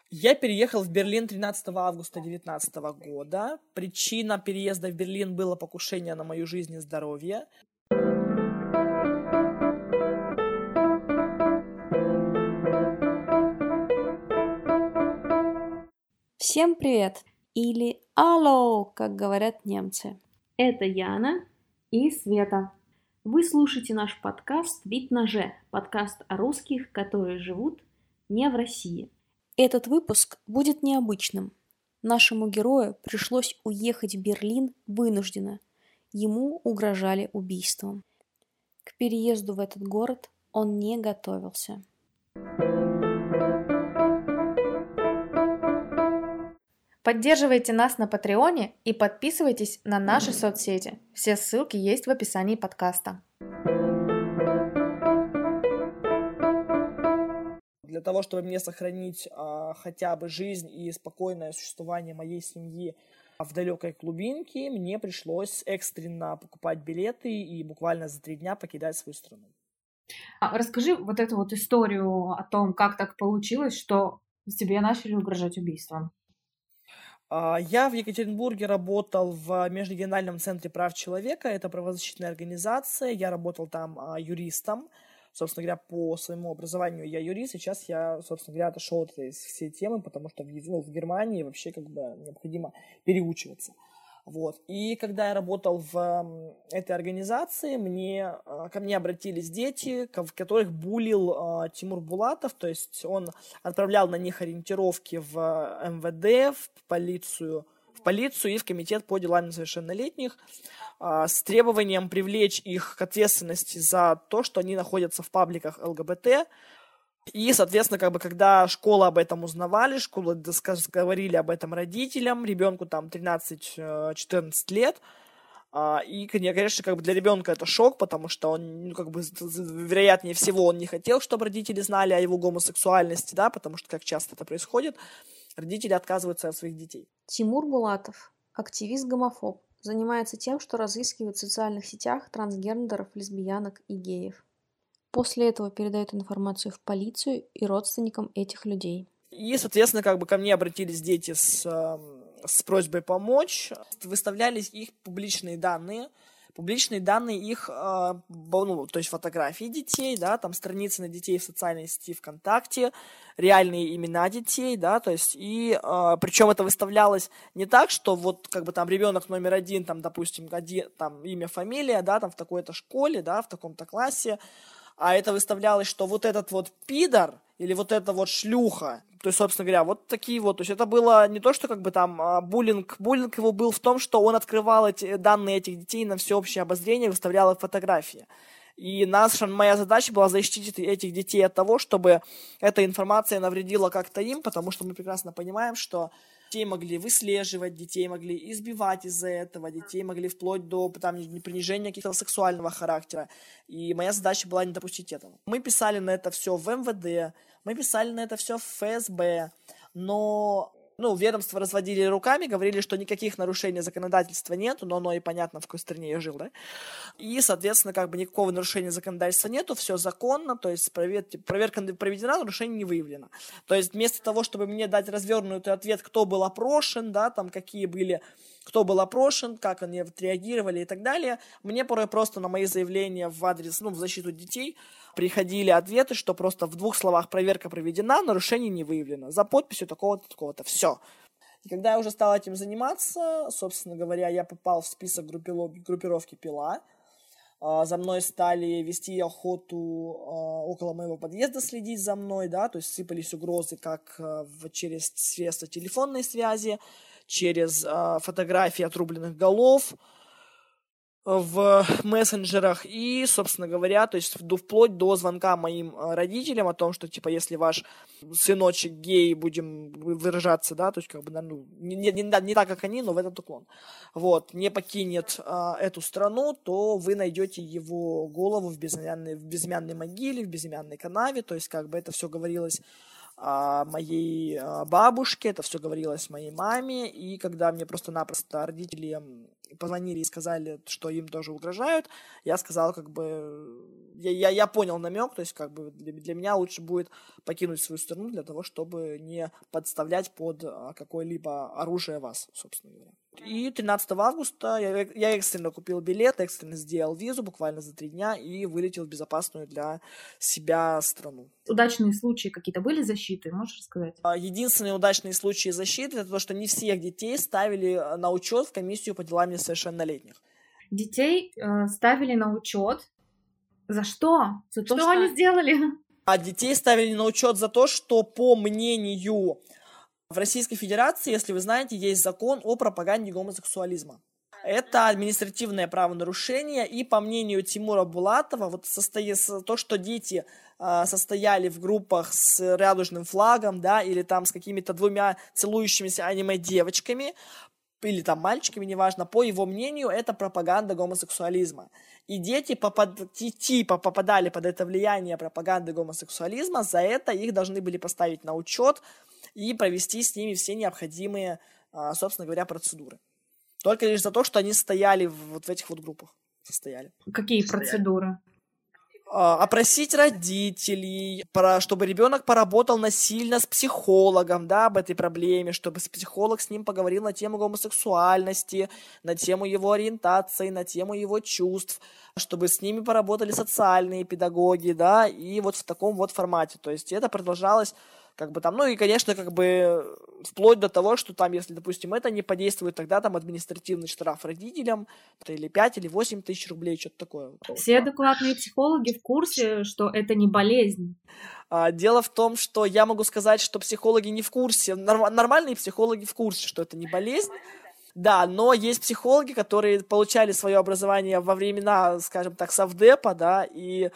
Я переехал в Берлин 13 августа 2019 года. Причина переезда в Берлин было покушение на мою жизнь и здоровье. Всем привет! Или алло, как говорят немцы. Это Яна и Света. Вы слушаете наш подкаст «Вид на Ж», подкаст о русских, которые живут не в России. Этот выпуск будет необычным. Нашему герою пришлось уехать в Берлин вынужденно. Ему угрожали убийством. К переезду в этот город он не готовился. Поддерживайте нас на Патреоне и подписывайтесь на наши соцсети. Все ссылки есть в описании подкаста. Для того, чтобы мне сохранить хотя бы жизнь и спокойное существование моей семьи в далекой глубинке, мне пришлось экстренно покупать билеты и буквально за 3 дня покидать свою страну. Расскажи вот эту вот историю о том, как так получилось, что тебе начали угрожать убийством. Я в Екатеринбурге работал в Межрегиональном центре прав человека, это правозащитная организация, я работал там юристом, собственно говоря, по своему образованию я юрист, сейчас я, собственно говоря, отошел от этой всей темы, потому что в Германии вообще как бы необходимо переучиваться. Вот. И когда я работал в этой организации, ко мне обратились дети, которых булил Тимур Булатов, то есть он отправлял на них ориентировки в МВД, в полицию и в комитет по делам несовершеннолетних с требованием привлечь их к ответственности за то, что они находятся в пабликах ЛГБТ. И, соответственно, когда школа об этом узнавали, школа говорили об этом родителям, ребенку там 13-14 лет, и, конечно, для ребенка это шок, потому что он, вероятнее всего, он не хотел, чтобы родители знали о его гомосексуальности, да, потому что, как часто это происходит, родители отказываются от своих детей. Тимур Булатов, активист-гомофоб, занимается тем, что разыскивает в социальных сетях трансгендеров, лесбиянок и геев. После этого передает информацию в полицию и родственникам этих людей. И, соответственно, ко мне обратились дети с просьбой помочь. Выставлялись их публичные данные их, то есть фотографии детей, да, там страницы на детей в социальной сети ВКонтакте, реальные имена детей, да, то есть, и причем это выставлялось не так, что там ребенок номер 1, там, допустим, там имя, фамилия, да, там в такой-то школе, да, в таком-то классе, а это выставлялось, что вот этот вот пидор или вот эта вот шлюха, то есть, собственно говоря, вот такие вот, то есть это было не то, что буллинг его был в том, что он открывал данные этих детей на всеобщее обозрение, выставлял их фотографии. И моя задача была защитить этих детей от того, чтобы эта информация навредила как-то им, потому что мы прекрасно понимаем, что детей могли выслеживать, детей могли избивать из-за этого, детей могли вплоть до принижения какого-то сексуального характера. И моя задача была не допустить этого. Мы писали на это все в МВД, мы писали на это все в ФСБ, но ведомства разводили руками, говорили, что никаких нарушений законодательства нету, но оно и понятно, в какой стране я жил, да? И, соответственно, никакого нарушения законодательства нету, все законно, то есть проверка проведена, нарушение не выявлено. То есть вместо того, чтобы мне дать развернутый ответ, кто был опрошен, да, там кто был опрошен, как они отреагировали и так далее, мне порой просто на мои заявления в адрес, в защиту детей приходили ответы, что просто в 2 словах проверка проведена, нарушение не выявлено, за подписью такого-то, такого-то, все. И когда я уже стал этим заниматься, собственно говоря, я попал в список группировки «Пила». За мной стали вести охоту около моего подъезда, следить за мной, да, то есть сыпались угрозы как через средства телефонной связи, через фотографии отрубленных голов в мессенджерах и, собственно говоря, то есть вплоть до звонка моим родителям о том, что, если ваш сыночек гей, будем выражаться, да, то есть, не так, как они, но в этот уклон, не покинет эту страну, то вы найдете его голову в безымянной могиле, в безымянной канаве, то есть, это все говорилось моей бабушке, это все говорилось моей маме, и когда мне просто-напросто родители позвонили и сказали, что им тоже угрожают, я сказал, как бы, я понял намек, то есть, как бы, для меня лучше будет покинуть свою страну для того, чтобы не подставлять под какое-либо оружие вас, собственно говоря. И 13 августа я экстренно купил билет, экстренно сделал визу буквально за 3 дня и вылетел в безопасную для себя страну. Удачные случаи какие-то были защиты, можешь рассказать? Единственные удачные случаи защиты — это то, что не всех детей ставили на учет в комиссию по делам несовершеннолетних. Детей ставили на учет. За что? За то, что они сделали? А детей ставили на учет за то, что, по мнению в Российской Федерации, если вы знаете, есть закон о пропаганде гомосексуализма. Это административное правонарушение, и по мнению Тимура Булатова, вот то, что дети состояли в группах с радужным флагом, да, или там с какими-то 2 целующимися аниме-девочками, или там мальчиками, неважно, по его мнению, это пропаганда гомосексуализма. И дети попадали под это влияние пропаганды гомосексуализма, за это их должны были поставить на учет и провести с ними все необходимые, собственно говоря, процедуры. Только лишь за то, что они стояли вот в этих вот группах. Какие процедуры? Опросить родителей, чтобы ребенок поработал насильно с психологом, да, об этой проблеме, чтобы психолог с ним поговорил на тему гомосексуальности, на тему его ориентации, на тему его чувств, чтобы с ними поработали социальные педагоги, да, и вот в таком вот формате. То есть это продолжалось как бы там, ну и, конечно, как бы вплоть до того, что там, если, допустим, это не подействует, тогда там административный штраф родителям, это или 5, или 8 тысяч рублей, что-то такое. Все адекватные психологи в курсе, что это не болезнь. Дело в том, что я могу сказать, что психологи не в курсе, нормальные психологи в курсе, что это не болезнь. Да, но есть психологи, которые получали свое образование во времена, скажем так, совдепа, да, и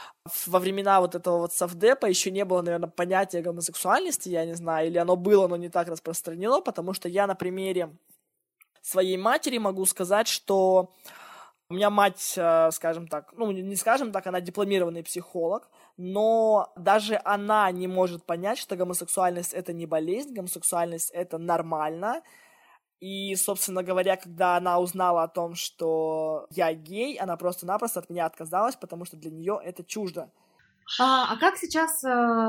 во времена вот этого вот совдепа еще не было, наверное, понятия гомосексуальности, я не знаю, или оно было, но не так распространено, потому что я на примере своей матери могу сказать, что у меня мать, скажем так, ну, не скажем так, она дипломированный психолог, но даже она не может понять, что гомосексуальность — это не болезнь, гомосексуальность — это нормально. И, собственно говоря, когда она узнала о том, что я гей, она просто-напросто от меня отказалась, потому что для нее это чуждо. А как сейчас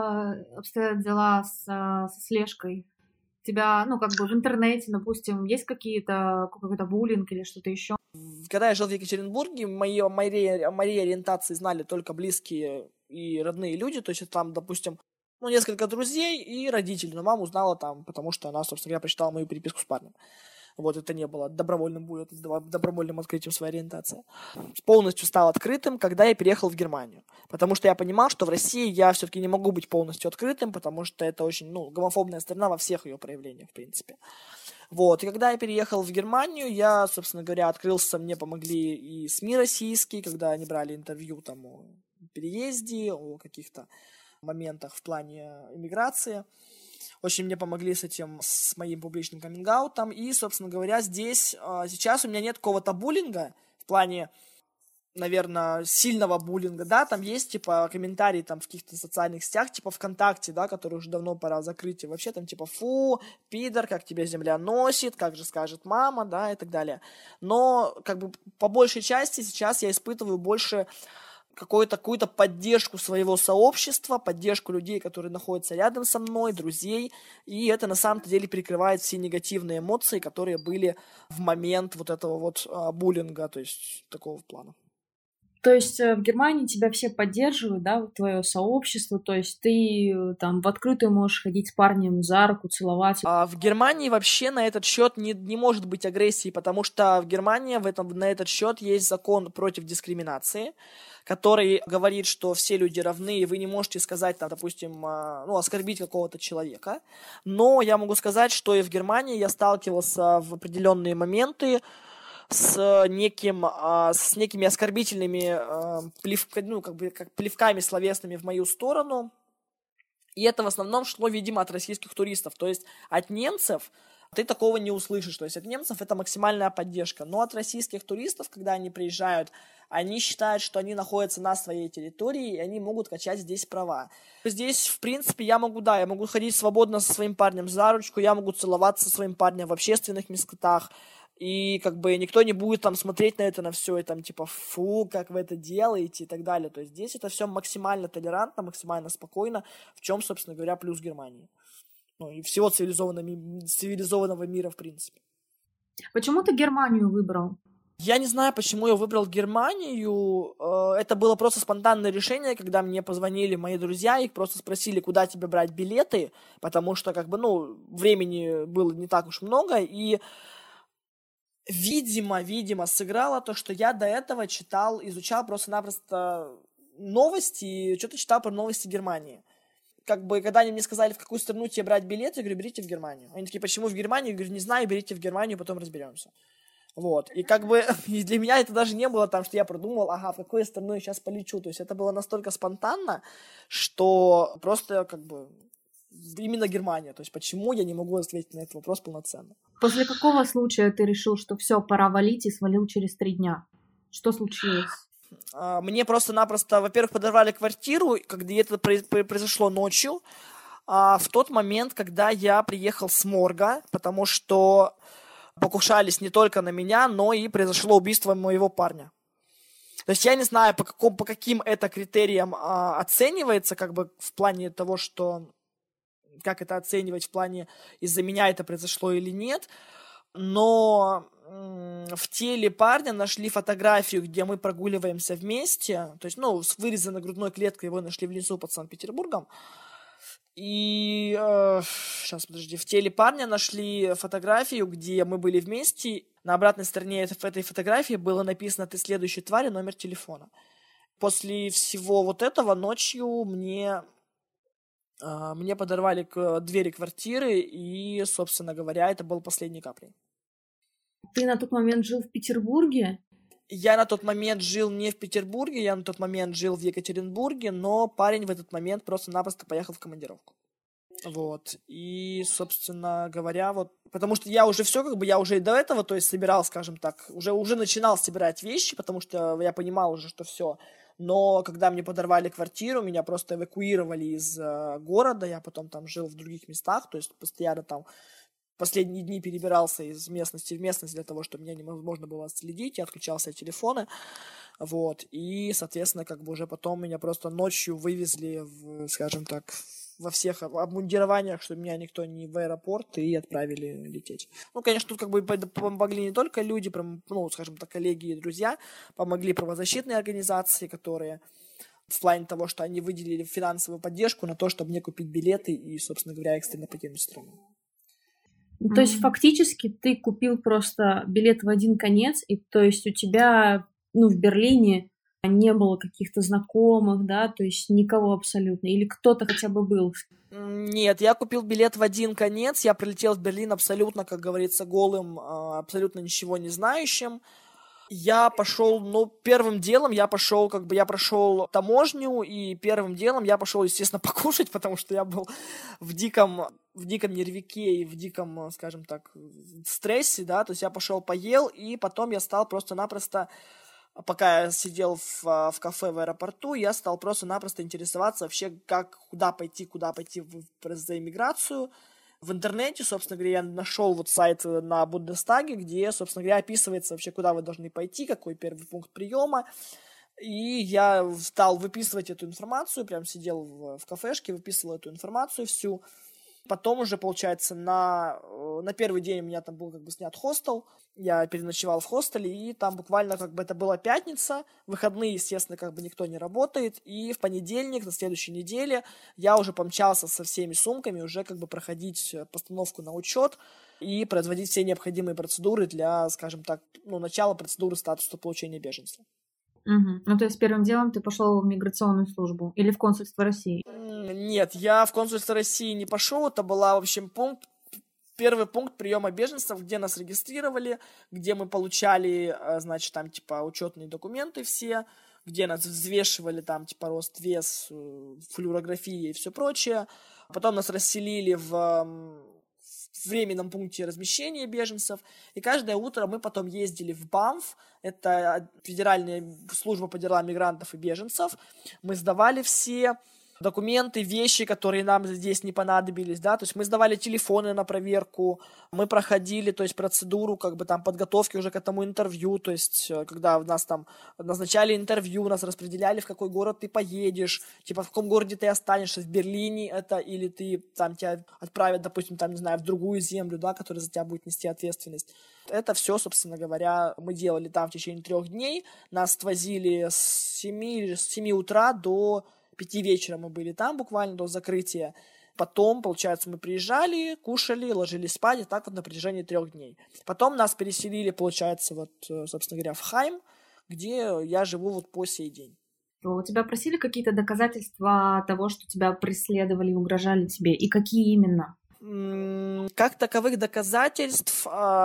обстоят дела со слежкой? У тебя, ну, как бы в интернете, допустим, есть какой-то буллинг или что-то еще? Когда я жил в Екатеринбурге, моей ориентации знали только близкие и родные люди, то есть там, допустим, несколько друзей и родители, но мама узнала там, потому что она, собственно говоря, прочитала мою переписку с парнем. Вот это не было добровольным открытием своей ориентации. Полностью стал открытым, когда я переехал в Германию. Потому что я понимал, что в России я все-таки не могу быть полностью открытым, потому что это очень, гомофобная страна во всех ее проявлениях, в принципе. Вот, и когда я переехал в Германию, я, собственно говоря, открылся, мне помогли и СМИ российские, когда они брали интервью там о переезде, о каких-то моментах в плане иммиграции. Очень мне помогли с этим, с моим публичным каминг-аутом. И, собственно говоря, сейчас у меня нет какого-то буллинга в плане, наверное, сильного буллинга, да, там есть, типа, комментарии там в каких-то социальных сетях, типа ВКонтакте, да, которые уже давно пора закрыть, и вообще там, типа, фу, пидор, как тебя земля носит, как же скажет мама, да, и так далее. Но, как бы, по большей части сейчас я испытываю больше какую-то поддержку своего сообщества, поддержку людей, которые находятся рядом со мной, друзей, и это на самом-то деле перекрывает все негативные эмоции, которые были в момент вот этого вот буллинга, то есть такого плана. То есть в Германии тебя все поддерживают, да, твое сообщество, то есть ты там в открытую можешь ходить с парнем за руку, целовать. В Германии вообще на этот счет не может быть агрессии, потому что в Германии на этот счет есть закон против дискриминации, который говорит, что все люди равны, и вы не можете сказать, там, допустим, оскорбить какого-то человека. Но я могу сказать, что и в Германии я сталкивался в определенные моменты с некими оскорбительными плевками словесными в мою сторону. И это в основном шло, видимо, от российских туристов. То есть от немцев ты такого не услышишь. То есть от немцев это максимальная поддержка. Но от российских туристов, когда они приезжают, они считают, что они находятся на своей территории, и они могут качать здесь права. Здесь, в принципе, я могу ходить свободно со своим парнем за ручку, я могу целоваться со своим парнем в общественных местах. и как бы никто не будет там смотреть на это, на все, и там типа, фу, как вы это делаете и так далее. То есть здесь это все максимально толерантно, максимально спокойно, в чем, собственно говоря, плюс Германии. Ну, и всего цивилизованного мира, в принципе. Почему ты Германию выбрал? Я не знаю, почему я выбрал Германию. Это было просто спонтанное решение, когда мне позвонили мои друзья, их просто спросили, куда тебе брать билеты, потому что, как бы, ну, времени было не так уж много, и, видимо, сыграло то, что я до этого изучал просто-напросто новости, и что-то читал про новости Германии. Как бы, когда они мне сказали, в какую страну тебе брать билеты, я говорю, берите в Германию. Они такие, почему в Германию? Я говорю, не знаю, берите в Германию, потом разберемся. Вот, и как бы и для меня это даже не было там, что я продумал, ага, в какую страну я сейчас полечу. То есть это было настолько спонтанно, что просто как бы именно Германия. То есть почему я не могу ответить на этот вопрос полноценно. После какого случая ты решил, что все, пора валить, и свалил через 3 дня? Что случилось? Мне просто-напросто, во-первых, подорвали квартиру, когда это произошло ночью, в тот момент, когда я приехал с морга, потому что покушались не только на меня, но и произошло убийство моего парня. То есть я не знаю, по каким это критериям оценивается, как бы в плане того, что как это оценивать в плане из-за меня это произошло или нет, но в теле парня нашли фотографию, где мы прогуливаемся вместе, то есть, ну, с вырезанной грудной клеткой его нашли в лесу под Санкт-Петербургом. И сейчас, подожди, в теле парня нашли фотографию, где мы были вместе. На обратной стороне этой фотографии было написано «Ты следующий, тварь» и номер телефона. После всего вот этого ночью мне подорвали к двери квартиры, и, собственно говоря, это был последней каплей. Ты на тот момент жил в Петербурге? Я на тот момент жил не в Петербурге, я на тот момент жил в Екатеринбурге, но парень в этот момент просто-напросто поехал в командировку. Вот. И, собственно говоря, вот, потому что я уже все, как бы, я уже и до этого, то есть, собирал, скажем так, уже начинал собирать вещи, потому что я понимал уже, что все. Но когда мне подорвали квартиру, меня просто эвакуировали из города, я потом там жил в других местах, то есть, постоянно там последние дни перебирался из местности в местность для того, чтобы меня невозможно было отследить, я отключался от телефона, вот, и, соответственно, как бы уже потом меня просто ночью вывезли, скажем так, во всех обмундированиях, чтобы меня никто не в аэропорт, и отправили лететь. Ну, конечно, тут как бы помогли не только люди, ну, скажем так, коллеги и друзья, помогли правозащитные организации, которые в плане того, что они выделили финансовую поддержку на то, чтобы мне купить билеты и, собственно говоря, экстренно покинуть страну. То есть фактически ты купил просто билет в один конец, и то есть у тебя, ну, в Берлине не было каких-то знакомых, да, то есть никого абсолютно, или кто-то хотя бы был? Нет, я купил билет в один конец, я прилетел в Берлин абсолютно, как говорится, голым, абсолютно ничего не знающим. Я пошел, ну, первым делом я пошел таможню, и первым делом я пошел, естественно, покушать, потому что я был в диком нервике и в диком, скажем так, стрессе, да, то есть я пошел поел, и потом я стал просто-напросто, пока я сидел в кафе в аэропорту, я стал просто-напросто интересоваться вообще, куда пойти за иммиграцию. В интернете, собственно говоря, я нашел вот сайт на Бундестаге, где, собственно говоря, описывается вообще, куда вы должны пойти, какой первый пункт приема. И я стал выписывать эту информацию, прям сидел в кафешке, выписывал эту информацию всю. Потом уже, получается, на первый день у меня там был как бы снят хостел, я переночевал в хостеле, и там буквально как бы это была пятница, выходные, естественно, как бы никто не работает, и в понедельник, на следующей неделе, я уже помчался со всеми сумками уже как бы проходить постановку на учет и производить все необходимые процедуры для, скажем так, ну, начала процедуры статуса получения беженства. Угу. Ну, то есть первым делом ты пошел в миграционную службу или в консульство России? Нет, я в консульство России не пошел. Это была, в общем, первый пункт приема беженцев, где нас регистрировали, где мы получали, значит, там, типа, учетные документы все, где нас взвешивали, там, типа, рост, вес, флюорография и все прочее. Потом нас расселили в временном пункте размещения беженцев, и каждое утро мы потом ездили в БАМФ, это Федеральная служба по делам мигрантов и беженцев, мы сдавали все документы, вещи, которые нам здесь не понадобились, да, то есть мы сдавали телефоны на проверку, мы проходили, то есть процедуру, как бы там подготовки уже к этому интервью, то есть когда нас там назначали интервью, нас распределяли, в какой город ты поедешь, типа в каком городе ты останешься, в Берлине это, или ты там тебя отправят, допустим, там, не знаю, в другую землю, да, которая за тебя будет нести ответственность. Это все, собственно говоря, мы делали там в течение 3 дней, нас отвозили с 7 утра до 5 вечера мы были там буквально до закрытия. Потом, получается, мы приезжали, кушали, ложились спать, и так вот на протяжении 3 дней. Потом нас переселили, получается, вот, собственно говоря, в Хайм, где я живу вот по сей день. У тебя просили какие-то доказательства того, что тебя преследовали и угрожали тебе? И какие именно? Как таковых доказательств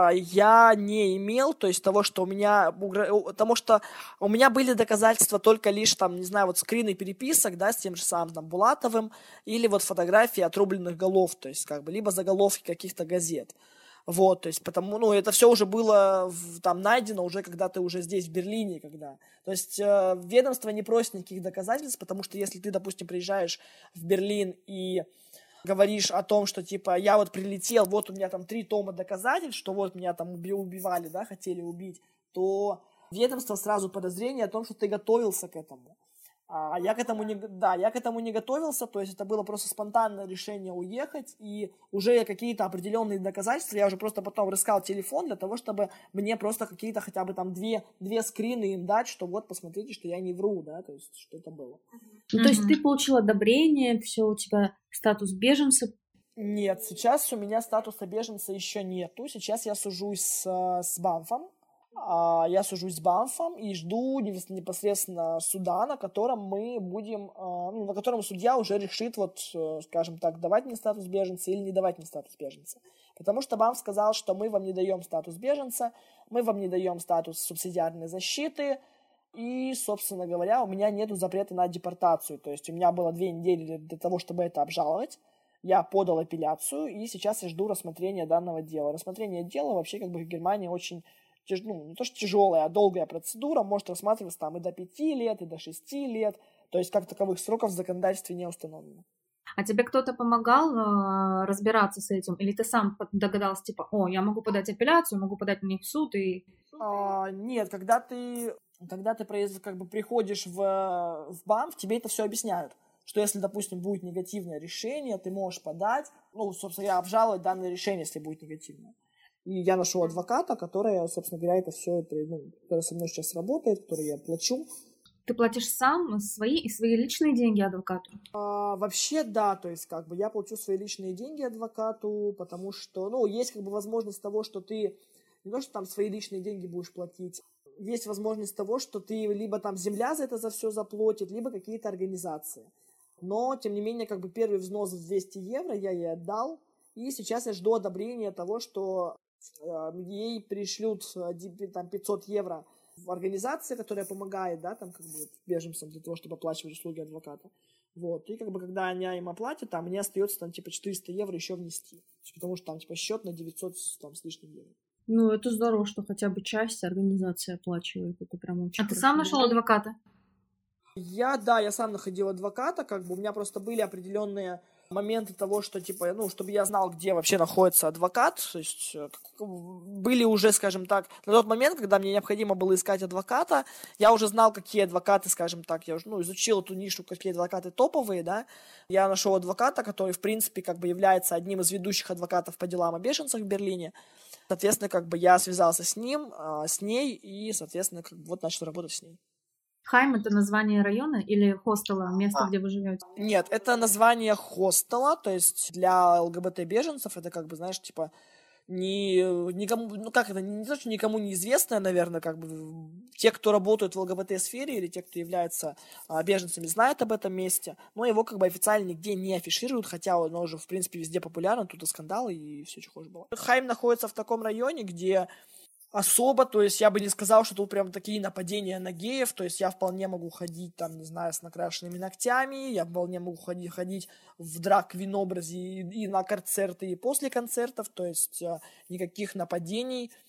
я не имел, то есть того, что потому что у меня были доказательства только лишь там, не знаю, вот скрины переписок, да, с тем же самым там Булатовым, или вот фотографии отрубленных голов, то есть как бы либо заголовки каких-то газет. Вот, то есть потому, ну, это все уже было там найдено уже, когда ты уже здесь, в Берлине, когда. То есть ведомство не просит никаких доказательств, потому что если ты, допустим, приезжаешь в Берлин и говоришь о том, что, типа, я вот прилетел, вот у меня там 3 тома доказательств, что вот меня там убивали, да, хотели убить, то ведомство сразу подозрение о том, что ты готовился к этому. А я к этому не готовился, то есть это было просто спонтанное решение уехать, и уже какие-то определенные доказательства, я уже просто потом рыскал телефон для того, чтобы мне просто какие-то хотя бы там две скрины им дать, что вот, посмотрите, что я не вру, да, то есть что это было. Ну, то есть ты получил одобрение, все, у тебя статус беженца. Нет, сейчас у меня статуса беженца еще нету. Сейчас я сужусь с Банфом. Я сужусь с Банфом и жду непосредственно суда, на котором мы будем, на котором судья уже решит, вот, скажем так, давать мне статус беженца или не давать мне статус беженца. Потому что Банф сказал, что мы вам не даем статус беженца, мы вам не даем статус субсидиарной защиты, и, собственно говоря, у меня нет запрета на депортацию. То есть у меня было 2 недели для того, чтобы это обжаловать. Я подал апелляцию, и сейчас я жду рассмотрения данного дела. Рассмотрение дела вообще как бы в Германии очень, не то что тяжелая, а долгая процедура. Может рассматриваться там и до 5 лет, и до 6 лет. То есть как таковых сроков в законодательстве не установлено. А тебе кто-то помогал разбираться с этим? Или ты сам догадался, типа, я могу подать апелляцию, могу подать на них в суд и... Нет, когда ты как бы приходишь в БАМФ, тебе это все объясняют. Что если, допустим, будет негативное решение, ты можешь подать, собственно говоря, обжаловать данное решение, если будет негативное. И я нашел адвоката, который, собственно говоря, это все, который со мной сейчас работает, который я плачу. Ты платишь сам свои личные деньги адвокату? Вообще, да, то есть, как бы, я плачу свои личные деньги адвокату, потому что, есть, как бы, возможность того, что ты не то, что там свои личные деньги будешь платить, есть возможность того, что ты либо там земля за это за все заплатит, либо какие-то организации. Но, тем не менее, как бы первый взнос в 200 евро я ей отдал, и сейчас я жду одобрения того, что ей пришлют там 500 евро в организации, которая помогает, да, там, как бы, беженцам для того, чтобы оплачивать услуги адвоката. Вот, и, как бы, когда они им оплатят, там, мне остается, там, типа, 400 евро еще внести, потому что там, типа, счет на 900 там, с лишним евро. Ну, это здорово, что хотя бы часть организации оплачивает. Это прям очень ты сам нашел адвоката? Я сам находил адвоката, как бы у меня просто были определенные моменты того, что, типа, чтобы я знал, где вообще находится адвокат, то есть были уже, скажем так, на тот момент, когда мне необходимо было искать адвоката, я уже знал, какие адвокаты, скажем так, я уже, изучил эту нишу, какие адвокаты топовые, да, я нашел адвоката, который, в принципе, как бы является одним из ведущих адвокатов по делам о беженцах в Берлине. Соответственно, как бы я связался с ним, с ней, и, соответственно, как бы вот начал работать с ней. Хайм — это название района или хостела, место, где вы живете? Нет, это название хостела, то есть для ЛГБТ-беженцев это, как бы, знаешь, типа, никому, не то, что никому неизвестное, наверное, как бы те, кто работают в ЛГБТ-сфере или те, кто являются беженцами, знают об этом месте, но его как бы официально нигде не афишируют, хотя оно уже, в принципе, везде популярно, тут и скандалы, и все, что хуже было. Хайм находится в таком районе, где особо, то есть я бы не сказал, что тут прям такие нападения на геев, то есть я вполне могу ходить там, не знаю, с накрашенными ногтями, я вполне могу ходить в драг-квин-образе и на концерты, и после концертов, то есть никаких нападений,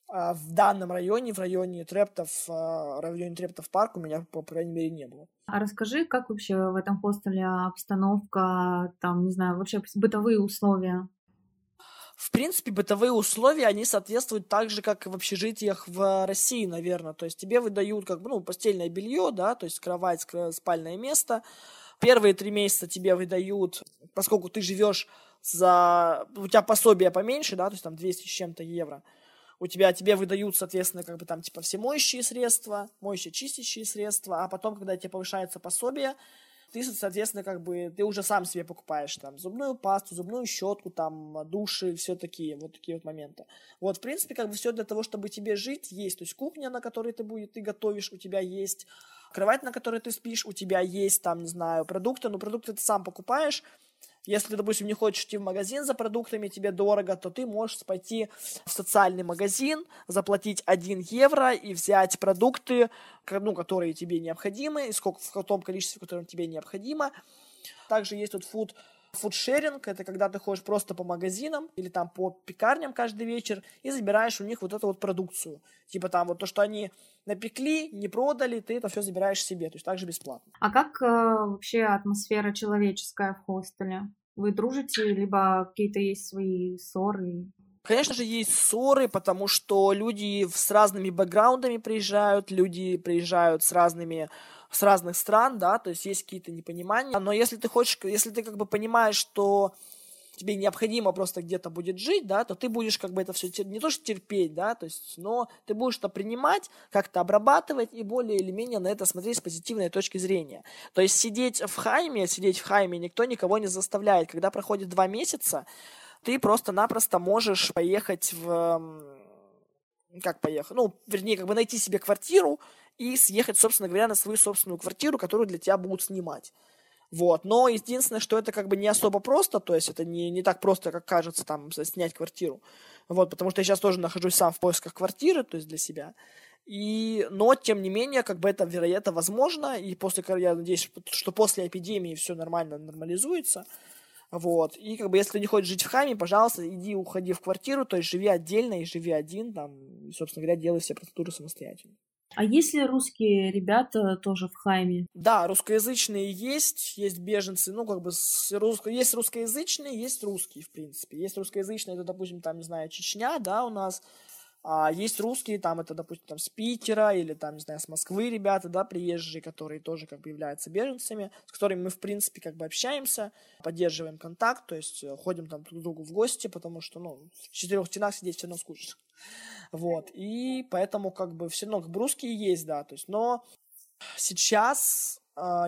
в данном районе, в районе Трептов парк у меня, по крайней мере, не было. А расскажи, как вообще в этом хостеле обстановка, там, не знаю, вообще бытовые условия? В принципе, бытовые условия, они соответствуют так же, как и в общежитиях в России, наверное. То есть тебе выдают как бы, постельное белье, да, то есть кровать, спальное место. Первые 3 месяца тебе выдают, поскольку ты живешь у тебя пособие поменьше, да, то есть там 200 с чем-то евро. Тебе выдают, соответственно, как бы там типа все моющие средства, моющие чистящие средства, а потом, когда тебе повышается пособие, ты, соответственно, как бы ты уже сам себе покупаешь там зубную пасту, зубную щетку, там души, все такие вот моменты. Вот, в принципе, как бы все для того, чтобы тебе жить, есть. То есть кухня, на которой ты готовишь, у тебя есть кровать, на которой ты спишь, у тебя есть там, не знаю, продукты, но продукты ты сам покупаешь. Если ты, допустим, не хочешь идти в магазин за продуктами, тебе дорого, то ты можешь пойти в социальный магазин, заплатить 1 евро и взять продукты, которые тебе необходимы, и в том количестве, которое тебе необходимо. Также есть тут фудшеринг, это когда ты ходишь просто по магазинам или там по пекарням каждый вечер и забираешь у них вот эту вот продукцию. Типа там вот то, что они напекли, не продали, ты это все забираешь себе, то есть также бесплатно. А как вообще атмосфера человеческая в хостеле? Вы дружите, либо какие-то есть свои ссоры? Конечно же, есть ссоры, потому что люди с разными бэкграундами приезжают, люди приезжают с разных стран, да, то есть есть какие-то непонимания. Но если ты как бы понимаешь, что тебе необходимо просто где-то будет жить, да, то ты будешь как бы это все не то что терпеть, да, то есть, но ты будешь это принимать, как-то обрабатывать и более или менее на это смотреть с позитивной точки зрения. То есть сидеть в хайме никто никого не заставляет. Когда проходит 2 месяца, ты просто-напросто можешь поехать найти себе квартиру и съехать, собственно говоря, на свою собственную квартиру, которую для тебя будут снимать. Вот. Но единственное, что это как бы не особо просто, то есть это не так просто, как кажется, там, снять квартиру. Вот, потому что я сейчас тоже нахожусь сам в поисках квартиры, то есть для себя. Но, тем не менее, как бы это, вероятно, возможно, и я надеюсь, что после эпидемии все нормализуется. Вот. И как бы если ты не хочешь жить в хайме, пожалуйста, уходи в квартиру, то есть живи отдельно и живи один, там, и, собственно говоря, делай все процедуры самостоятельно. А есть ли русские ребята тоже в хайме? Да, русскоязычные есть беженцы, есть русскоязычные, есть русские, в принципе. Есть русскоязычные, это, допустим, там, не знаю, Чечня, да, у нас. А есть русские, там, это, допустим, там, с Питера или, там, не знаю, с Москвы ребята, да, приезжие, которые тоже, как бы, являются беженцами, с которыми мы, в принципе, как бы, общаемся, поддерживаем контакт, то есть ходим там друг к другу в гости, потому что, в 4 стенах сидеть все равно скучно. Вот, и поэтому, как бы, все равно, как бы, русские есть, да, то есть, но сейчас,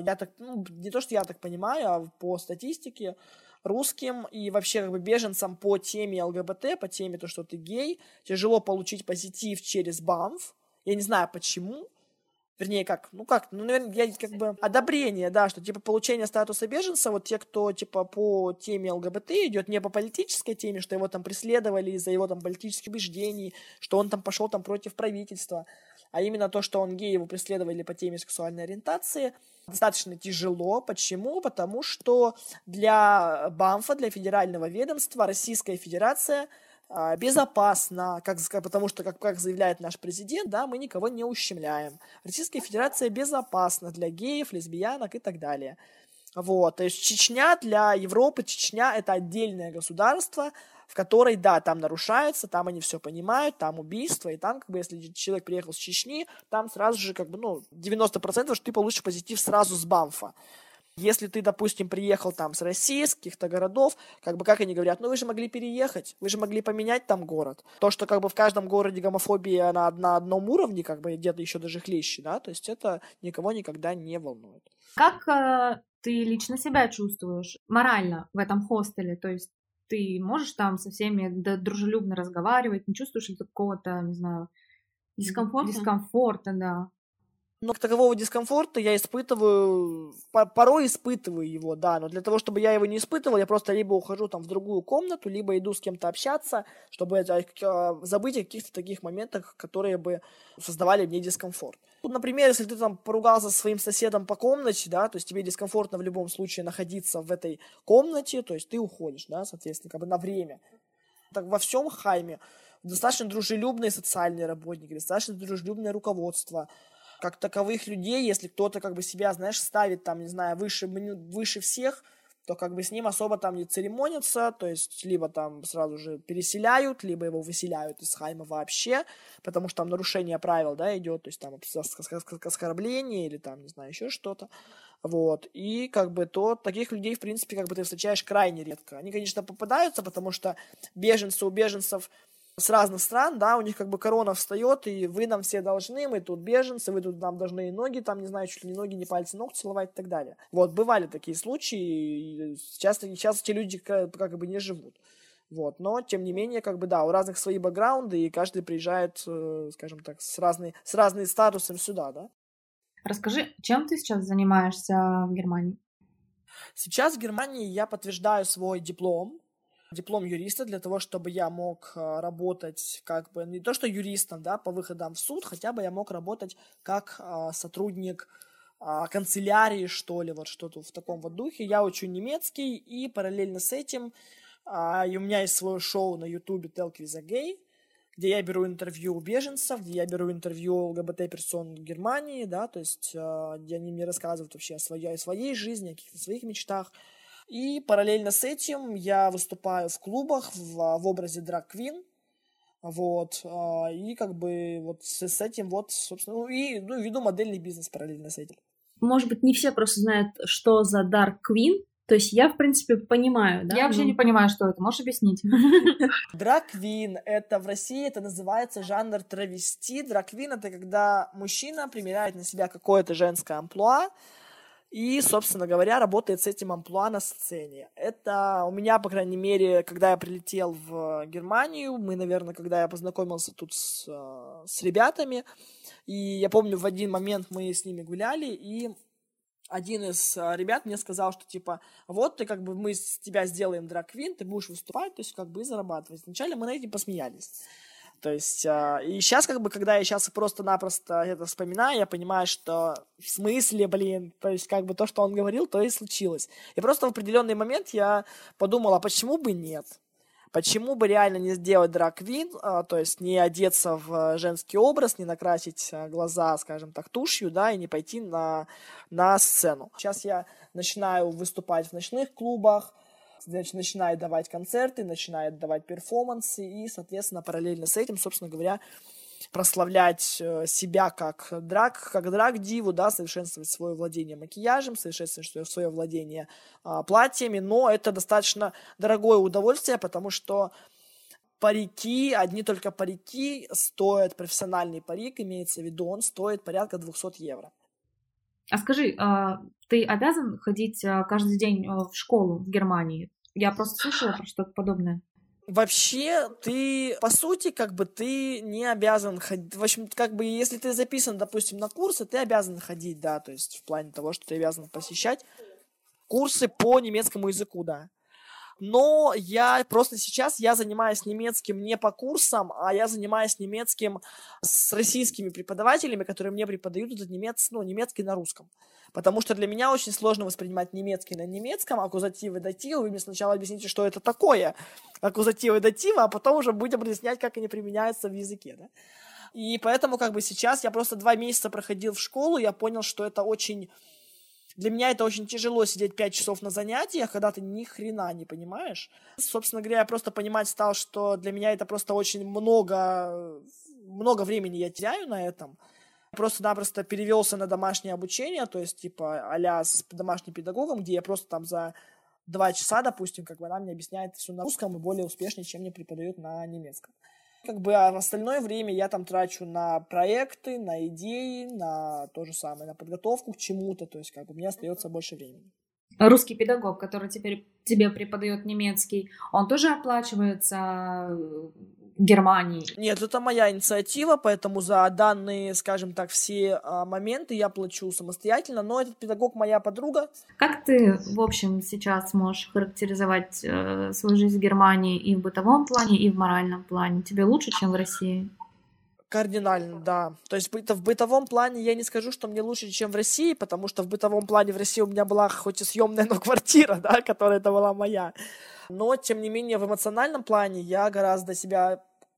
не то, что я так понимаю, а по статистике, русским и вообще как бы беженцам по теме ЛГБТ, по теме то, что ты гей, тяжело получить позитив через БАМФ. Я не знаю почему. Вернее, наверное, я как бы одобрение, да, что типа получение статуса беженца, вот те, кто типа по теме ЛГБТ идет, не по политической теме, что его там преследовали из-за его там политических убеждений, что он там пошел там против правительства, а именно то, что он гей, его преследовали по теме сексуальной ориентации, достаточно тяжело. Почему? Потому что для БАМФа, для федерального ведомства, Российская Федерация безопасна, потому что, как заявляет наш президент, да, мы никого не ущемляем. Российская Федерация безопасна для геев, лесбиянок и так далее. Вот, то есть Чечня для Европы, Чечня это отдельное государство, в которой, да, там нарушается, там они все понимают, там убийства, и там, как бы, если человек приехал с Чечни, там сразу же, как бы, 90%, что ты получишь позитив сразу с БАМФа. Если ты, допустим, приехал там с России, с каких-то городов, как бы, как они говорят, вы же могли переехать, вы же могли поменять там город. То, что, как бы, в каждом городе гомофобия на одном уровне, как бы, где-то еще даже хлеще, да, то есть это никого никогда не волнует. Как ты лично себя чувствуешь морально в этом хостеле? То есть ты можешь там со всеми дружелюбно разговаривать, не чувствуешь ли какого-то, не знаю, дискомфорта, да. Но такового дискомфорта я порой испытываю его, да, но для того, чтобы я его не испытывал, я просто либо ухожу там в другую комнату, либо иду с кем-то общаться, чтобы забыть о каких-то таких моментах, которые бы создавали мне дискомфорт. Например, если ты там поругался со своим соседом по комнате, да, то есть тебе дискомфортно в любом случае находиться в этой комнате, то есть ты уходишь, да, соответственно, как бы на время. Так во всем хайме достаточно дружелюбные социальные работники, достаточно дружелюбное руководство. Как таковых людей, если кто-то как бы себя, знаешь, ставит там, не знаю, выше всех, то как бы с ним особо там не церемонятся, то есть либо там сразу же переселяют, либо его выселяют из Хайма вообще, потому что там нарушение правил, да, идет, то есть там оскорбление или там, не знаю, еще что-то. Вот, и как бы таких людей, в принципе, как бы ты встречаешь крайне редко. Они, конечно, попадаются, потому что у беженцев с разных стран, да, у них как бы корона встает, и вы нам все должны, мы тут беженцы, вы тут нам должны и ноги, там, не знаю, чуть ли не ноги, не пальцы ног целовать и так далее. Вот, бывали такие случаи, и сейчас эти люди как бы не живут. Вот, но, тем не менее, как бы, да, у разных свои бэкграунды, и каждый приезжает, скажем так, с разным статусом сюда, да. Расскажи, чем ты сейчас занимаешься в Германии? Сейчас в Германии я подтверждаю свой диплом юриста для того, чтобы я мог работать как бы не то что юристом, да, по выходам в суд, хотя бы я мог работать как сотрудник канцелярии, что ли, вот что-то в таком вот духе. Я учу немецкий, и параллельно с этим и у меня есть свое шоу на ютубе Talk with a Gay, где я беру интервью у беженцев, где я беру интервью у ЛГБТ-персон в Германии, да, то есть где они мне рассказывают вообще о своей жизни, о каких-то своих мечтах. И параллельно с этим я выступаю в клубах в образе драг-квин, вот, и как бы вот с этим вот, собственно, веду модельный бизнес параллельно с этим. Может быть, не все просто знают, что за Dark Queen. То есть я, в принципе, понимаю, да? Я вообще не понимаю, что это. Можешь объяснить? Драг-квин — это в России это называется жанр травести. Драг-квин — это когда мужчина примеряет на себя какое-то женское амплуа и, собственно говоря, работает с этим амплуа на сцене. Это у меня, по крайней мере, когда я прилетел в Германию, наверное, когда я познакомился тут с ребятами, и я помню, в один момент мы с ними гуляли, и один из ребят мне сказал, что типа, вот ты как бы мы с тебя сделаем драг-квин, ты будешь выступать, то есть как бы и зарабатывать. Вначале мы на этим посмеялись. То есть, и сейчас как бы, когда я сейчас просто-напросто это вспоминаю, я понимаю, что в смысле, то есть как бы то, что он говорил, то и случилось. И просто в определенный момент я подумал, а почему бы нет? Почему бы реально не сделать драг-квин, то есть не одеться в женский образ, не накрасить глаза, скажем так, тушью, да, и не пойти на сцену. Сейчас я начинаю выступать в ночных клубах, значит, начинаю давать концерты, начинаю давать перформансы, и, соответственно, параллельно с этим, собственно говоря, прославлять себя как драг-диву, да, совершенствовать свое владение макияжем, совершенствовать свое владение платьями, но это достаточно дорогое удовольствие, потому что одни только парики стоят, профессиональный парик, имеется в виду, он стоит порядка 200 евро. А скажи, ты обязан ходить каждый день в школу в Германии? Я просто слышала про что-то подобное. Вообще, ты, по сути, как бы ты не обязан ходить. В общем, как бы, если ты записан, допустим, на курсы, ты обязан ходить, да, то есть в плане того, что ты обязан посещать курсы по немецкому языку, да. Но я просто сейчас занимаюсь немецким не по курсам, а я занимаюсь немецким с российскими преподавателями, которые мне преподают этот немецкий на русском. Потому что для меня очень сложно воспринимать немецкий на немецком, аккузативы, дативы. Вы мне сначала объясните, что это такое, аккузативы, дативы, а потом уже будем объяснять, как они применяются в языке, да? И поэтому как бы сейчас я просто 2 месяца проходил в школу, я понял, что это очень... Для меня это очень тяжело сидеть 5 часов на занятиях, когда ты ни хрена не понимаешь. Собственно говоря, я просто понимать стал, что для меня это просто очень много времени я теряю на этом. Просто-напросто перевелся на домашнее обучение, то есть типа а-ля с домашним педагогом, где я просто там за 2 часа, допустим, как бы она мне объясняет все на русском и более успешнее, чем мне преподает на немецком. Как бы, а в остальное время я там трачу на проекты, на идеи, на то же самое, на подготовку к чему-то, то есть как бы у меня остается больше времени. Русский педагог, который теперь тебе преподает немецкий, он тоже оплачивается в Германии? Нет, это моя инициатива, поэтому за данные, скажем так, все моменты я плачу самостоятельно, но этот педагог моя подруга. Как ты, в общем, сейчас можешь характеризовать свою жизнь в Германии и в бытовом плане, и в моральном плане? Тебе лучше, чем в России? Кардинально, да. То есть в бытовом плане я не скажу, что мне лучше, чем в России, потому что в бытовом плане в России у меня была хоть и съемная, но квартира, да, которая это была моя. Но, тем не менее, в эмоциональном плане я гораздо себя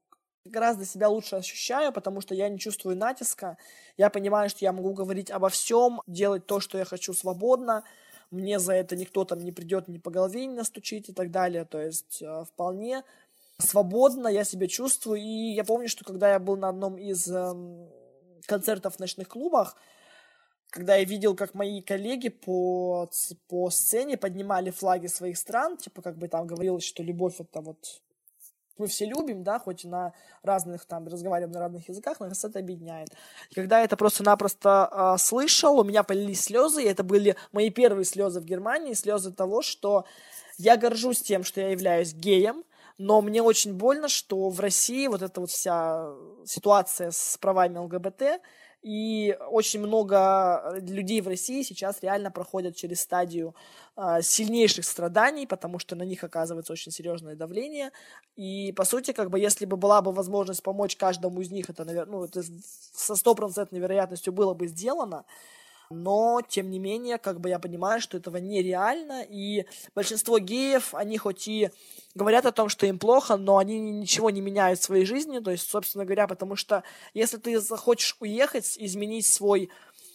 гораздо себя лучше ощущаю, потому что я не чувствую натиска, я понимаю, что я могу говорить обо всем, делать то, что я хочу свободно, мне за это никто там не придет, ни по голове не настучит и так далее, то есть вполне свободно я себя чувствую, и я помню, что когда я был на одном из концертов в ночных клубах, когда я видел, как мои коллеги по сцене поднимали флаги своих стран, типа как бы там говорилось, что любовь это вот мы все любим, да, хоть и на разных там разговариваем на разных языках, но нас это объединяет. И когда я это просто-напросто слышал, у меня полились слезы, и это были мои первые слезы в Германии, слезы того, что я горжусь тем, что я являюсь геем, но мне очень больно, что в России вот эта вот вся ситуация с правами ЛГБТ, и очень много людей в России сейчас реально проходят через стадию сильнейших страданий, потому что на них оказывается очень серьезное давление. И, по сути, как бы, если бы была бы возможность помочь каждому из них, это, наверное, ну, это со 100% вероятностью было бы сделано. Но, тем не менее, как бы я понимаю, что этого нереально, и большинство геев, они хоть и говорят о том, что им плохо, но они ничего не меняют в своей жизни, то есть, собственно говоря, потому что если ты захочешь уехать, изменить свой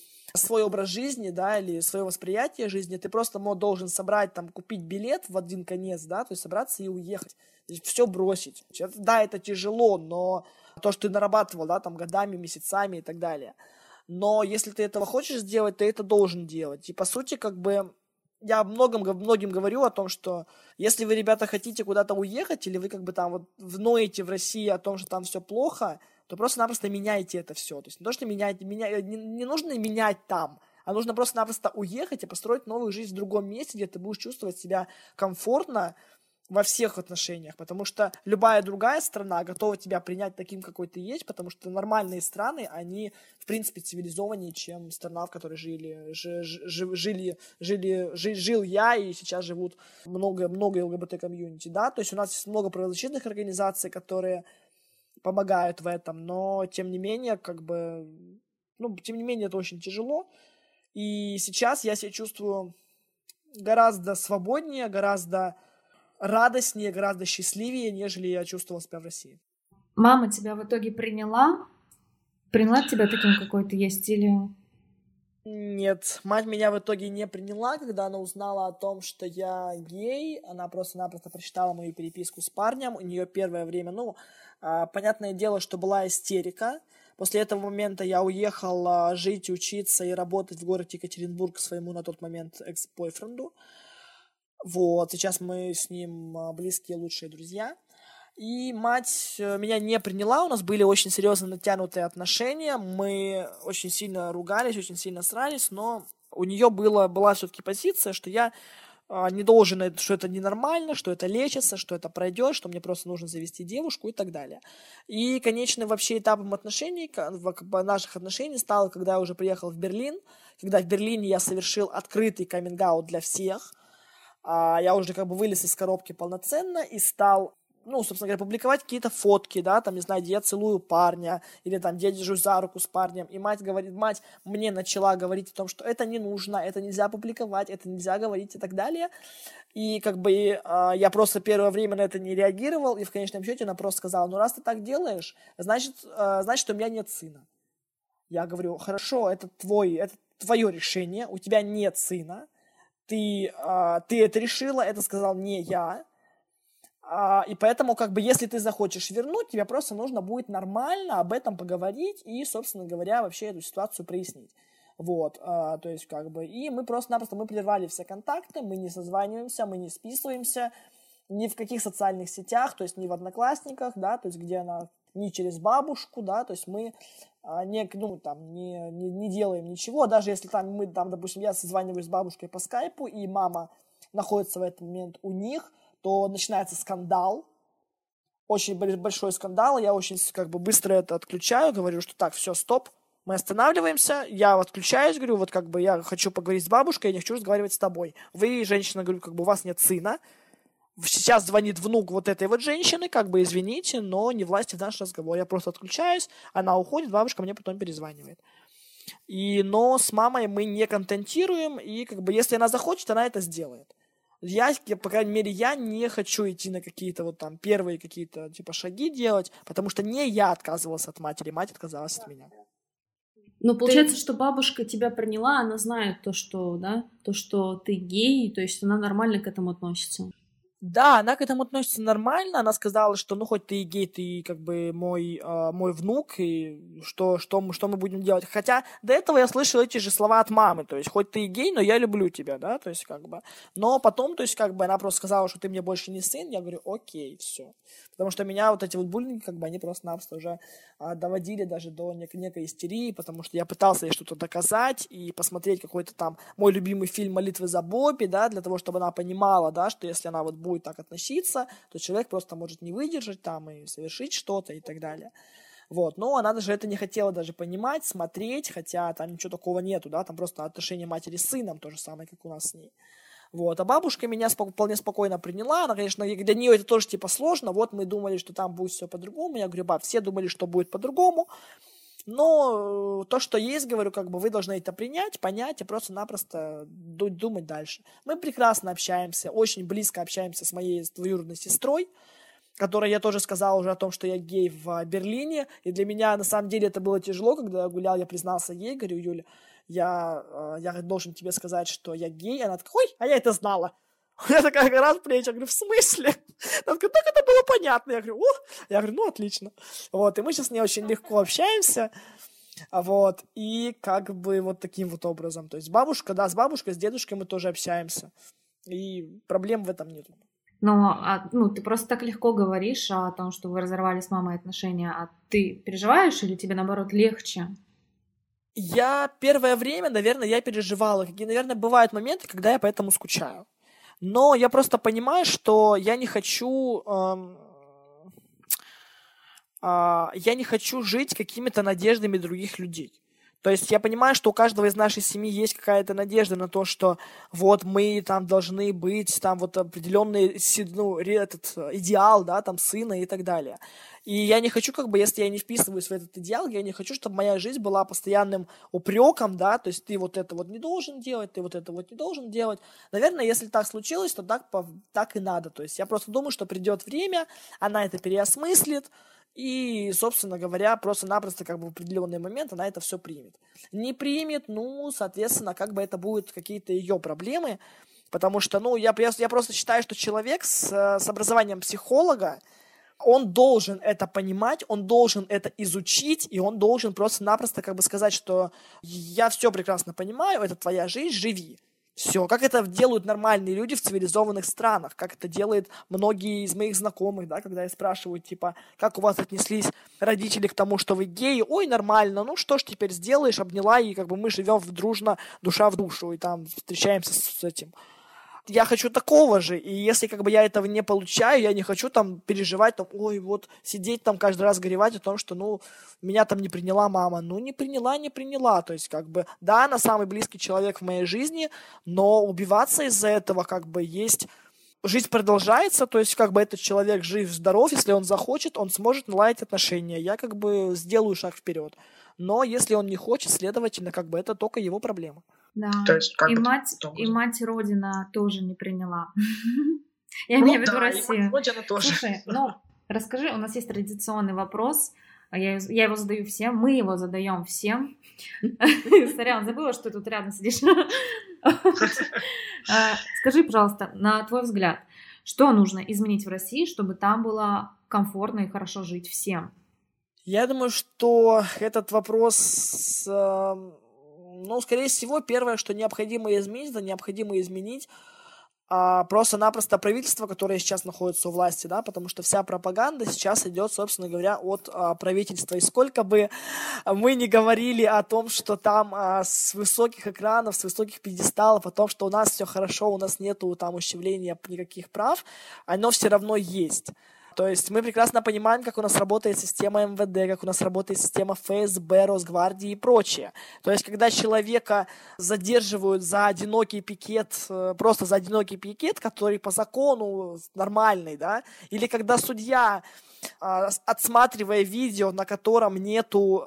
образ жизни, да, или свое восприятие жизни, ты просто должен собрать, там, купить билет в один конец, да, то есть собраться и уехать, все бросить. Да, это тяжело, но то, что ты нарабатывал, да, там, годами, месяцами и так далее. Но если ты этого хочешь сделать, ты это должен делать. И, по сути, как бы, я многим говорю о том, что если вы, ребята, хотите куда-то уехать, или вы как бы там вот вноете в России о том, что там все плохо, то просто-напросто меняйте это все. То есть не то, что не нужно менять там, а нужно просто-напросто уехать и построить новую жизнь в другом месте, где ты будешь чувствовать себя комфортно во всех отношениях, потому что любая другая страна готова тебя принять таким, какой ты есть, потому что нормальные страны, они, в принципе, цивилизованнее, чем страна, в которой жил я, и сейчас живут много ЛГБТ-комьюнити, да, то есть у нас есть много правозащитных организаций, которые помогают в этом, но, тем не менее, как бы, тем не менее, это очень тяжело, и сейчас я себя чувствую гораздо свободнее, гораздо радостнее, гораздо счастливее, нежели я чувствовал себя в России. Мама тебя в итоге приняла? Приняла тебя таким, какой ты есть, или... Нет, мать меня в итоге не приняла, когда она узнала о том, что я гей. Она просто-напросто прочитала мою переписку с парнем. У нее первое время, понятное дело, что была истерика. После этого момента я уехал жить, учиться и работать в город Екатеринбург к своему на тот момент экс-бойфренду. Вот, сейчас мы с ним близкие, лучшие друзья. И мать меня не приняла, у нас были очень серьезно натянутые отношения, мы очень сильно ругались, очень сильно срались, но у нее была все-таки позиция, что я не должен, что это ненормально, что это лечится, что это пройдет, что мне просто нужно завести девушку и так далее. И конечным вообще этапом наших отношений стало, когда я уже приехал в Берлин, когда в Берлине я совершил открытый каминг-аут для всех. Я уже как бы вылез из коробки полноценно и стал, собственно говоря, публиковать какие-то фотки, да, там, не знаю, где я целую парня, или там, где я держусь за руку с парнем, и мать мне начала говорить о том, что это не нужно, это нельзя публиковать, это нельзя говорить и так далее, и как бы я просто первое время на это не реагировал, и в конечном счете она просто сказала, раз ты так делаешь, значит, у меня нет сына. Я говорю, хорошо, это твое решение, у тебя нет сына, ты это решила, это сказал не я, и поэтому, как бы, если ты захочешь вернуть, тебе просто нужно будет нормально об этом поговорить и, собственно говоря, вообще эту ситуацию прояснить. Вот, то есть, как бы, и мы просто-напросто прервали все контакты, мы не созваниваемся, мы не списываемся ни в каких социальных сетях, то есть, ни в Одноклассниках, да, то есть, где она, ни через бабушку, да, то есть, мы не делаем ничего, даже если допустим, я созваниваюсь с бабушкой по скайпу, и мама находится в этот момент у них, то начинается скандал, очень большой скандал, я очень как бы быстро это отключаю, говорю, что так, все, стоп, мы останавливаемся, я отключаюсь, говорю, вот как бы я хочу поговорить с бабушкой, я не хочу разговаривать с тобой. Вы, женщина, говорю, как бы у вас нет сына, сейчас звонит внук вот этой вот женщины, как бы извините, но не власти в наш разговор. Я просто отключаюсь, она уходит, бабушка мне потом перезванивает. Но с мамой мы не контентируем, и как бы если она захочет, она это сделает. По крайней мере, я не хочу идти на какие-то вот там первые какие-то типа шаги делать, потому что не я отказывался от матери, мать отказалась от меня. Но получается, что бабушка тебя приняла, она знает то, что ты гей, то есть она нормально к этому относится. Да, она к этому относится нормально. Она сказала, что ну хоть ты и гей, ты как бы мой внук, и что мы будем делать. Хотя до этого я слышал эти же слова от мамы. То есть хоть ты и гей, но я люблю тебя, да, то есть как бы. Но потом, то есть как бы она просто сказала, что ты мне больше не сын. Я говорю, окей, все. Потому что меня вот эти вот буллинги, как бы они просто-напросто уже доводили даже до некой истерии, потому что я пытался ей что-то доказать и посмотреть какой-то там мой любимый фильм «Молитвы за Бобби», да, для того, чтобы она понимала, да, что если она вот будет так относиться, то человек просто может не выдержать там и совершить что-то и так далее. Вот, но она даже это не хотела даже понимать, смотреть, хотя там ничего такого нету, да, там просто отношения матери с сыном, то же самое, как у нас с ней. Вот, а бабушка меня вполне спокойно приняла, она, конечно, для нее это тоже типа сложно, вот мы думали, что там будет все по-другому, я говорю, баб, все думали, что будет по-другому, но то, что есть, говорю, как бы вы должны это принять, понять и просто-напросто думать дальше. Мы прекрасно общаемся, очень близко общаемся с моей двоюродной сестрой, которой я тоже сказал уже о том, что я гей в Берлине, и для меня на самом деле это было тяжело, когда я гулял, я признался ей, говорю, Юля, я должен тебе сказать, что я гей. Она такая, ой, а я это знала. Я такая раз плечи, я говорю, в смысле? Она такая, так это было понятно. Я говорю, ну отлично. Вот, и мы сейчас с ней очень легко общаемся. Вот, и как бы вот таким вот образом. То есть бабушка, да, с бабушкой, с дедушкой мы тоже общаемся. И проблем в этом нет. Ты просто так легко говоришь о том, что вы разорвали с мамой отношения, а ты переживаешь или тебе, наоборот, легче? Я первое время, наверное, я переживала. Наверное, бывают моменты, когда я по этому скучаю. Но я просто понимаю, что я не хочу жить какими-то надеждами других людей. То есть я понимаю, что у каждого из нашей семьи есть какая-то надежда на то, что вот мы там должны быть, там вот определенный идеал, да, там сына и так далее. И я не хочу, как бы, если я не вписываюсь в этот идеал, я не хочу, чтобы моя жизнь была постоянным упреком, да, то есть ты вот это вот не должен делать, ты вот это вот не должен делать. Наверное, если так случилось, то так и надо. То есть я просто думаю, что придет время, она это переосмыслит, и, собственно говоря, просто-напросто как бы в определенный момент она это все примет. Не примет, соответственно, как бы это будут какие-то ее проблемы, потому что, я просто считаю, что человек с образованием психолога, он должен это понимать, он должен это изучить, и он должен просто-напросто как бы сказать, что я все прекрасно понимаю, это твоя жизнь, живи. Все, как это делают нормальные люди в цивилизованных странах, как это делают многие из моих знакомых, да, когда я спрашиваю, типа, как у вас отнеслись родители к тому, что вы геи, ой, нормально, что ж теперь сделаешь, обняла, и как бы мы живем дружно, душа в душу, и там встречаемся с этим. Я хочу такого же, и если как бы я этого не получаю, я не хочу там переживать, там, ой, вот сидеть там каждый раз горевать о том, что, меня там не приняла мама. Не приняла, то есть как бы, да, она самый близкий человек в моей жизни, но убиваться из-за этого как бы есть... Жизнь продолжается, то есть как бы этот человек жив-здоров, если он захочет, он сможет наладить отношения, я как бы сделаю шаг вперед. Но если он не хочет, следовательно, как бы это только его проблема. Да. То есть, и мать Родина тоже не приняла. Я имею в виду Россию. Родина тоже. Слушай, расскажи, у нас есть традиционный вопрос. Я его задаю всем, мы его задаем всем. Сорян, забыла, что ты тут рядом сидишь. Скажи, пожалуйста, на твой взгляд, что нужно изменить в России, чтобы там было комфортно и хорошо жить всем? Я думаю, что этот вопрос, скорее всего, первое, что необходимо изменить просто-напросто правительство, которое сейчас находится у власти, да, потому что вся пропаганда сейчас идет, собственно говоря, от правительства. И сколько бы мы ни говорили о том, что там с высоких экранов, с высоких пьедесталов, о том, что у нас все хорошо, у нас нету там ущемления никаких прав, оно все равно есть. То есть мы прекрасно понимаем, как у нас работает система МВД, как у нас работает система ФСБ, Росгвардии и прочее. То есть когда человека задерживают за одинокий пикет, просто за одинокий пикет, который по закону нормальный, да, или когда судья отсматривая видео, на котором нету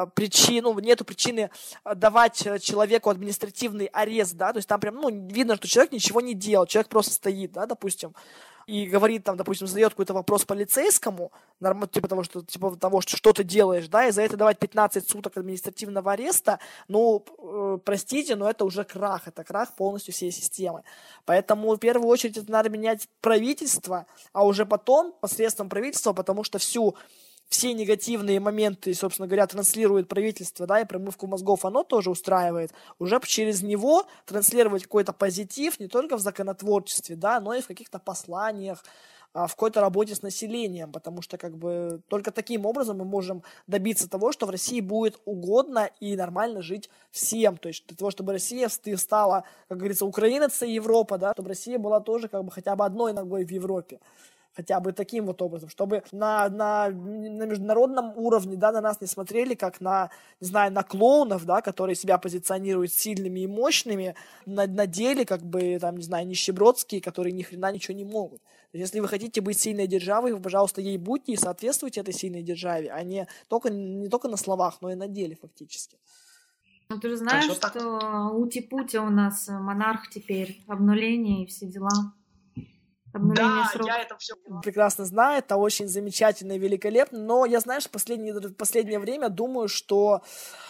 причины давать человеку административный арест, да, то есть там прям, видно, что человек ничего не делал, человек просто стоит, да, допустим, и говорит там, допустим, задает какой-то вопрос полицейскому, типа того, что ты делаешь, да, и за это давать 15 суток административного ареста, простите, но это уже крах, это крах полностью всей системы. Поэтому в первую очередь это надо менять правительство, а уже потом посредством правительства, потому что все негативные моменты, собственно говоря, транслирует правительство, да, и промывку мозгов оно тоже устраивает, уже через него транслировать какой-то позитив не только в законотворчестве, да, но и в каких-то посланиях, в какой-то работе с населением, потому что только таким образом мы можем добиться того, что в России будет угодно и нормально жить всем, то есть для того, чтобы Россия стала, как говорится, Украина — это Европа, да, чтобы Россия была тоже хотя бы одной ногой в Европе. Хотя бы таким вот образом, чтобы на международном уровне, да, на нас не смотрели как на клоунов, да, которые себя позиционируют сильными и мощными, на деле, нищебродские, которые ни хрена ничего не могут. Если вы хотите быть сильной державой, вы, пожалуйста, ей будьте и соответствуйте этой сильной державе, а не только на словах, но и на деле фактически. Ну, ты же знаешь, что ути-пути у нас монарх теперь, обнуление и все дела. Да, я это все прекрасно знаю, это очень замечательно и великолепно, но я, знаешь, в последнее время думаю, что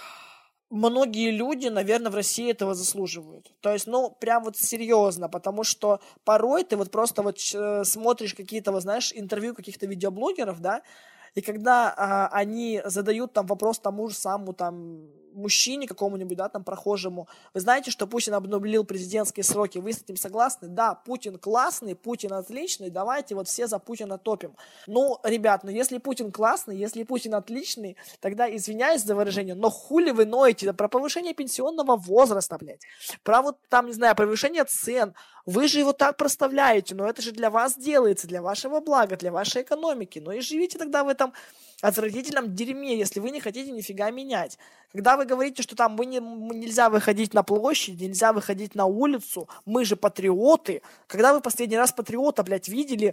многие люди, наверное, в России этого заслуживают. То есть, прям вот серьезно, потому что порой ты вот просто смотришь какие-то, интервью каких-то видеоблогеров, да, и когда они задают там вопрос тому же самому мужчине какому-нибудь, да, прохожему, вы знаете, что Путин обнулил президентские сроки, вы с этим согласны? Да, Путин классный, Путин отличный, давайте вот все за Путина топим. Ребят, если Путин классный, если Путин отличный, тогда, извиняюсь за выражение, но хули вы ноете про повышение пенсионного возраста, блядь, про повышение цен, вы же его так проставляете, но это же для вас делается, для вашего блага, для вашей экономики, и живите тогда в этом отвратительном дерьме, если вы не хотите нифига менять. Когда вы говорите, что нельзя выходить на площадь, нельзя выходить на улицу, мы же патриоты. Когда вы последний раз патриота, блядь, видели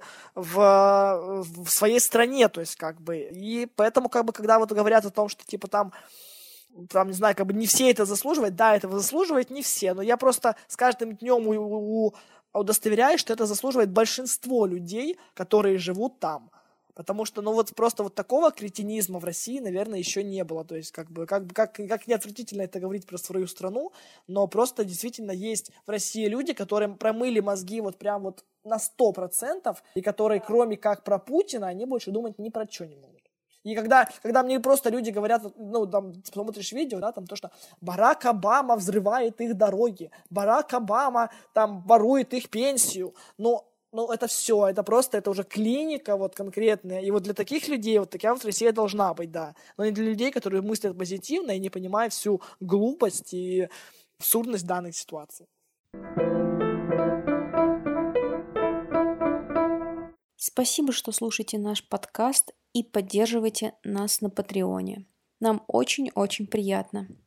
в своей стране, то есть и поэтому когда вот говорят о том, что не все это заслуживают, да, этого заслуживают не все, но я просто с каждым днем удостоверяюсь, что это заслуживает большинство людей, которые живут там. Потому что, просто такого кретинизма в России, наверное, еще не было. То есть, как не отвратительно это говорить про свою страну, но просто действительно есть в России люди, которым промыли мозги прям на 100%, и которые, кроме как про Путина, они больше думать ни про что не могут. И когда мне просто люди говорят, смотришь видео, да, то, что Барак Обама взрывает их дороги, Барак Обама ворует их пенсию, это все, это уже клиника конкретная, и для таких людей такая Россия должна быть, да, но не для людей, которые мыслят позитивно и не понимают всю глупость и абсурдность данной ситуации. Спасибо, что слушаете наш подкаст и поддерживаете нас на Патреоне. Нам очень-очень приятно.